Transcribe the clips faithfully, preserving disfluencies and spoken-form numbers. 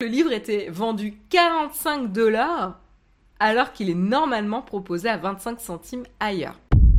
Le livre était vendu quarante-cinq dollars alors qu'il est normalement proposé à vingt-cinq centimes ailleurs.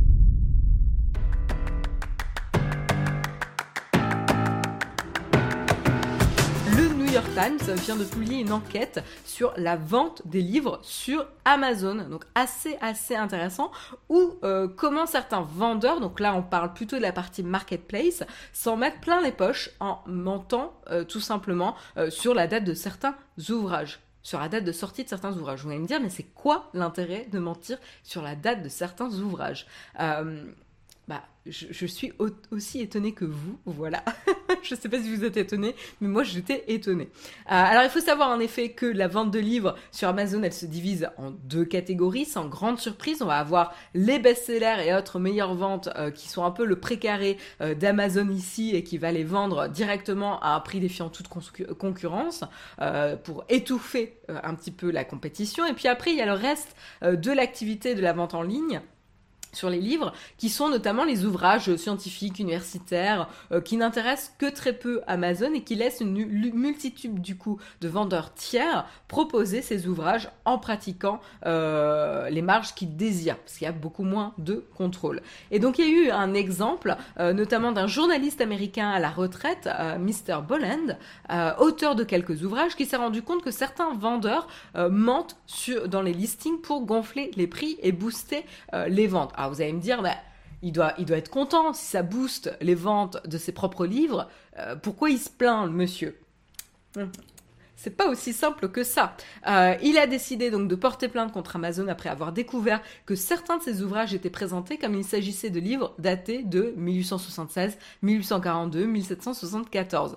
Le New York Times vient de publier une enquête sur la vente des livres sur Amazon, donc assez assez intéressant, où euh, comment certains vendeurs, donc là on parle plutôt de la partie marketplace, s'en mettent plein les poches en mentant euh, tout simplement euh, sur la date de certains ouvrages. Sur la date de sortie de certains ouvrages. Vous allez me dire, mais c'est quoi l'intérêt de mentir sur la date de certains ouvrages ? euh, Bah, je, je suis au- aussi étonnée que vous, voilà. Je sais pas si vous êtes étonnée, mais moi j'étais étonnée. Euh, alors il faut savoir en effet que la vente de livres sur Amazon, elle se divise en deux catégories, sans grande surprise. On va avoir les best-sellers et autres meilleures ventes euh, qui sont un peu le précaré euh, d'Amazon ici et qui va les vendre directement à un prix défiant toute con- concurrence euh, pour étouffer euh, un petit peu la compétition. Et puis après, il y a le reste euh, de l'activité de la vente en ligne sur les livres, qui sont notamment les ouvrages scientifiques, universitaires, euh, qui n'intéressent que très peu Amazon et qui laissent une lu- multitude du coup de vendeurs tiers proposer ces ouvrages en pratiquant euh, les marges qu'ils désirent, parce qu'il y a beaucoup moins de contrôle. Et donc il y a eu un exemple, euh, notamment d'un journaliste américain à la retraite, euh, mister Boland, euh, auteur de quelques ouvrages, qui s'est rendu compte que certains vendeurs euh, mentent sur, dans les listings pour gonfler les prix et booster euh, les ventes. Alors vous allez me dire, bah, il, doit, il doit être content si ça booste les ventes de ses propres livres. Euh, pourquoi il se plaint, le monsieur ? Hum. C'est pas aussi simple que ça. Euh, il a décidé donc de porter plainte contre Amazon après avoir découvert que certains de ses ouvrages étaient présentés comme il s'agissait de livres datés de mille huit cent soixante-seize, mille huit cent quarante-deux, mille sept cent soixante-quatorze.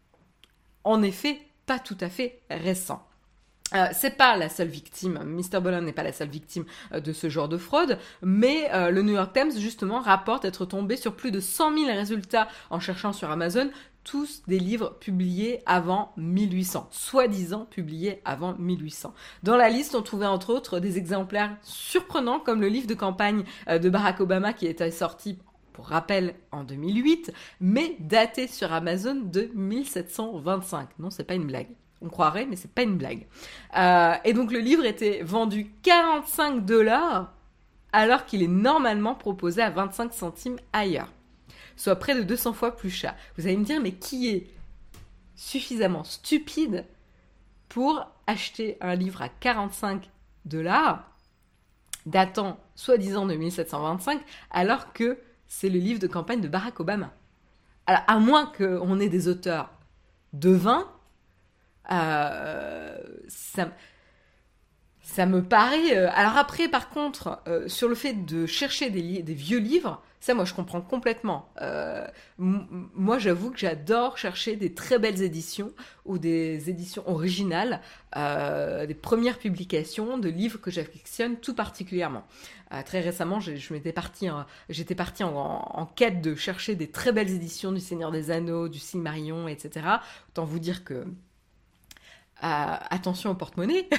En effet, pas tout à fait récents. Euh, c'est pas la seule victime, mister Boland n'est pas la seule victime euh, de ce genre de fraude, mais euh, le New York Times justement rapporte être tombé sur plus de cent mille résultats en cherchant sur Amazon, tous des livres publiés avant mille huit cents, soi-disant publiés avant mille huit cents. Dans la liste, on trouvait entre autres des exemplaires surprenants comme le livre de campagne euh, de Barack Obama qui était sorti pour rappel en deux mille huit, mais daté sur Amazon de mille sept cent vingt-cinq. Non, c'est pas une blague. On croirait, mais c'est pas une blague. Euh, et donc le livre était vendu quarante-cinq dollars alors qu'il est normalement proposé à vingt-cinq centimes ailleurs, soit près de deux cents fois plus cher. Vous allez me dire, mais qui est suffisamment stupide pour acheter un livre à quarante-cinq dollars datant soi-disant de mille sept cent vingt-cinq alors que c'est le livre de campagne de Barack Obama. Alors, à moins qu'on ait des auteurs de vin, Euh, ça, ça me paraît... Euh, alors après, par contre, euh, sur le fait de chercher des, li- des vieux livres, ça, moi, je comprends complètement. Euh, m- moi, j'avoue que j'adore chercher des très belles éditions ou des éditions originales, euh, des premières publications de livres que j'affectionne tout particulièrement. Euh, très récemment, je, je m'étais partie, en, j'étais partie en, en quête de chercher des très belles éditions du Seigneur des Anneaux, du Silmarillion, et cetera. Autant vous dire que Euh, attention au porte-monnaie.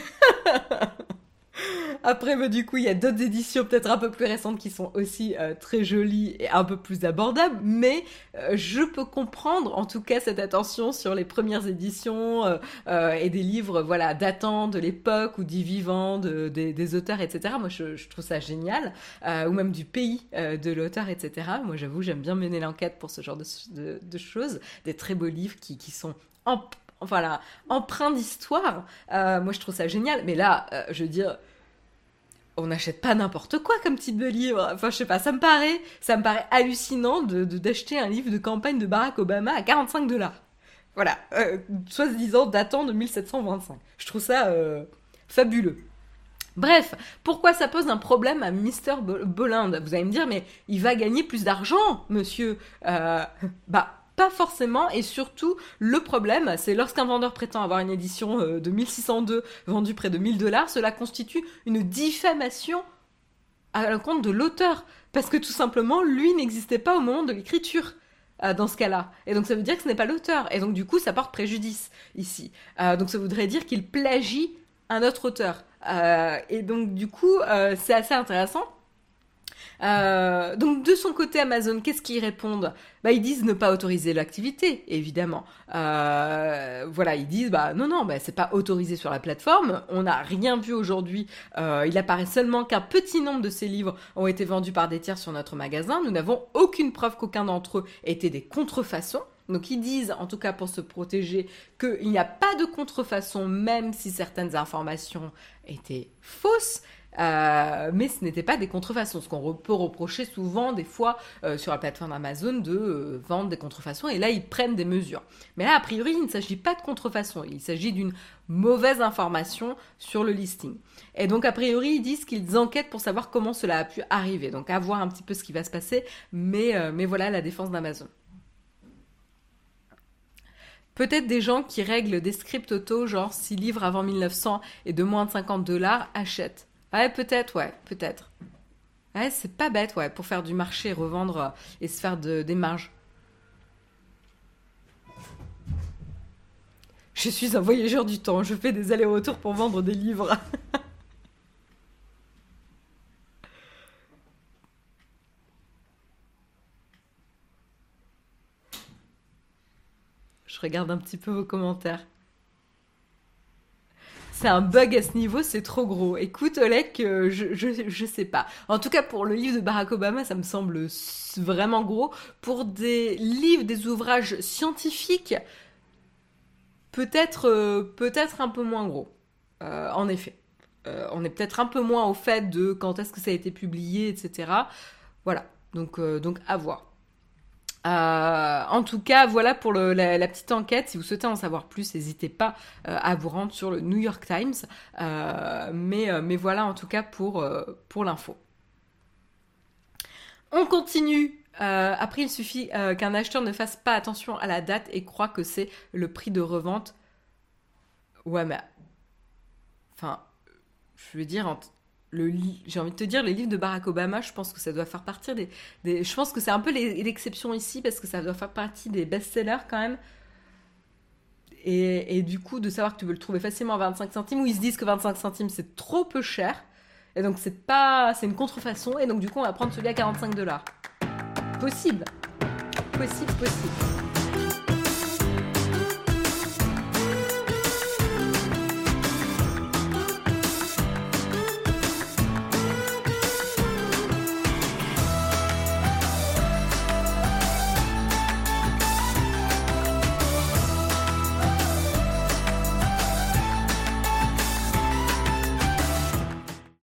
Après, bah, du coup, il y a d'autres éditions peut-être un peu plus récentes qui sont aussi euh, très jolies et un peu plus abordables, mais euh, je peux comprendre en tout cas cette attention sur les premières éditions euh, euh, et des livres voilà, datant de l'époque ou du vivant de, des, des auteurs, et cetera. Moi, je, je trouve ça génial, euh, ou même du pays euh, de l'auteur, et cetera. Moi, j'avoue, j'aime bien mener l'enquête pour ce genre de, de, de choses, des très beaux livres qui, qui sont en Voilà, empreint d'histoire. Euh, moi, je trouve ça génial. Mais là, euh, je veux dire, on n'achète pas n'importe quoi comme type de livre. Enfin, je sais pas, ça me paraît, ça me paraît hallucinant de, de- d'acheter un livre de campagne de Barack Obama à quarante-cinq dollars. Voilà, euh, soi-disant datant de mille sept cent vingt-cinq. Je trouve ça euh, fabuleux. Bref, pourquoi ça pose un problème à mister Boland ? Vous allez me dire, mais il va gagner plus d'argent, monsieur. Euh, bah, pas forcément, et surtout, le problème, c'est lorsqu'un vendeur prétend avoir une édition euh, de mille six cent deux vendue près de mille dollars, cela constitue une diffamation à l'encontre de l'auteur. Parce que tout simplement, lui n'existait pas au moment de l'écriture. euh, Dans ce cas-là. Et donc ça veut dire que ce n'est pas l'auteur. Et donc du coup, ça porte préjudice ici. Euh, donc ça voudrait dire qu'il plagie un autre auteur. Euh, et donc du coup, euh, c'est assez intéressant Euh, donc de son côté Amazon, qu'est-ce qu'ils répondent? Bah ils disent ne pas autoriser l'activité, évidemment. Euh, voilà, ils disent bah non non, bah c'est pas autorisé sur la plateforme. On n'a rien vu aujourd'hui. Euh, il apparaît seulement qu'un petit nombre de ces livres ont été vendus par des tiers sur notre magasin. Nous n'avons aucune preuve qu'aucun d'entre eux étaient des contrefaçons. Donc ils disent, en tout cas pour se protéger, qu'il n'y a pas de contrefaçon, même si certaines informations étaient fausses. Euh, mais ce n'était pas des contrefaçons, ce qu'on peut reprocher souvent des fois euh, sur la plateforme Amazon de euh, vendre des contrefaçons, et là ils prennent des mesures. Mais là a priori il ne s'agit pas de contrefaçon, il s'agit d'une mauvaise information sur le listing. Et donc a priori ils disent qu'ils enquêtent pour savoir comment cela a pu arriver, donc à voir un petit peu ce qui va se passer, mais, euh, mais voilà la défense d'Amazon. Peut-être des gens qui règlent des scripts auto, genre six livres avant mille neuf cents et de moins de cinquante dollars achètent. Ouais, peut-être, ouais, peut-être. Ouais, c'est pas bête, ouais, pour faire du marché, revendre euh, et se faire de, des marges. Je suis un voyageur du temps, je fais des allers-retours pour vendre des livres. Je regarde un petit peu vos commentaires. C'est un bug à ce niveau, c'est trop gros. Écoute, Oleg, euh, je, je, je sais pas. En tout cas, pour le livre de Barack Obama, ça me semble s- vraiment gros. Pour des livres, des ouvrages scientifiques, peut-être euh, peut-être un peu moins gros. Euh, en effet. Euh, on est peut-être un peu moins au fait de quand est-ce que ça a été publié, et cetera. Voilà. Donc, euh, donc à voir. Euh, en tout cas, voilà pour le- la, la petite enquête. Si vous souhaitez en savoir plus, n'hésitez pas euh, à vous rendre sur le New York Times. Euh, mais, euh, mais voilà en tout cas pour, euh, pour l'info. On continue. Euh, après, il suffit euh, qu'un acheteur ne fasse pas attention à la date et croit que c'est le prix de revente. Ouais, mais enfin, je veux dire, en- le li- j'ai envie de te dire, les livres de Barack Obama, je pense que ça doit faire partie des, des- je pense que c'est un peu les- l'exception ici parce que ça doit faire partie des best-sellers quand même. Et, et du coup, de savoir que tu peux le trouver facilement à vingt-cinq centimes, ou ils se disent que vingt-cinq centimes c'est trop peu cher, et donc c'est pas, c'est une contrefaçon, et donc du coup on va prendre celui à quarante-cinq dollars. Possible, possible, possible.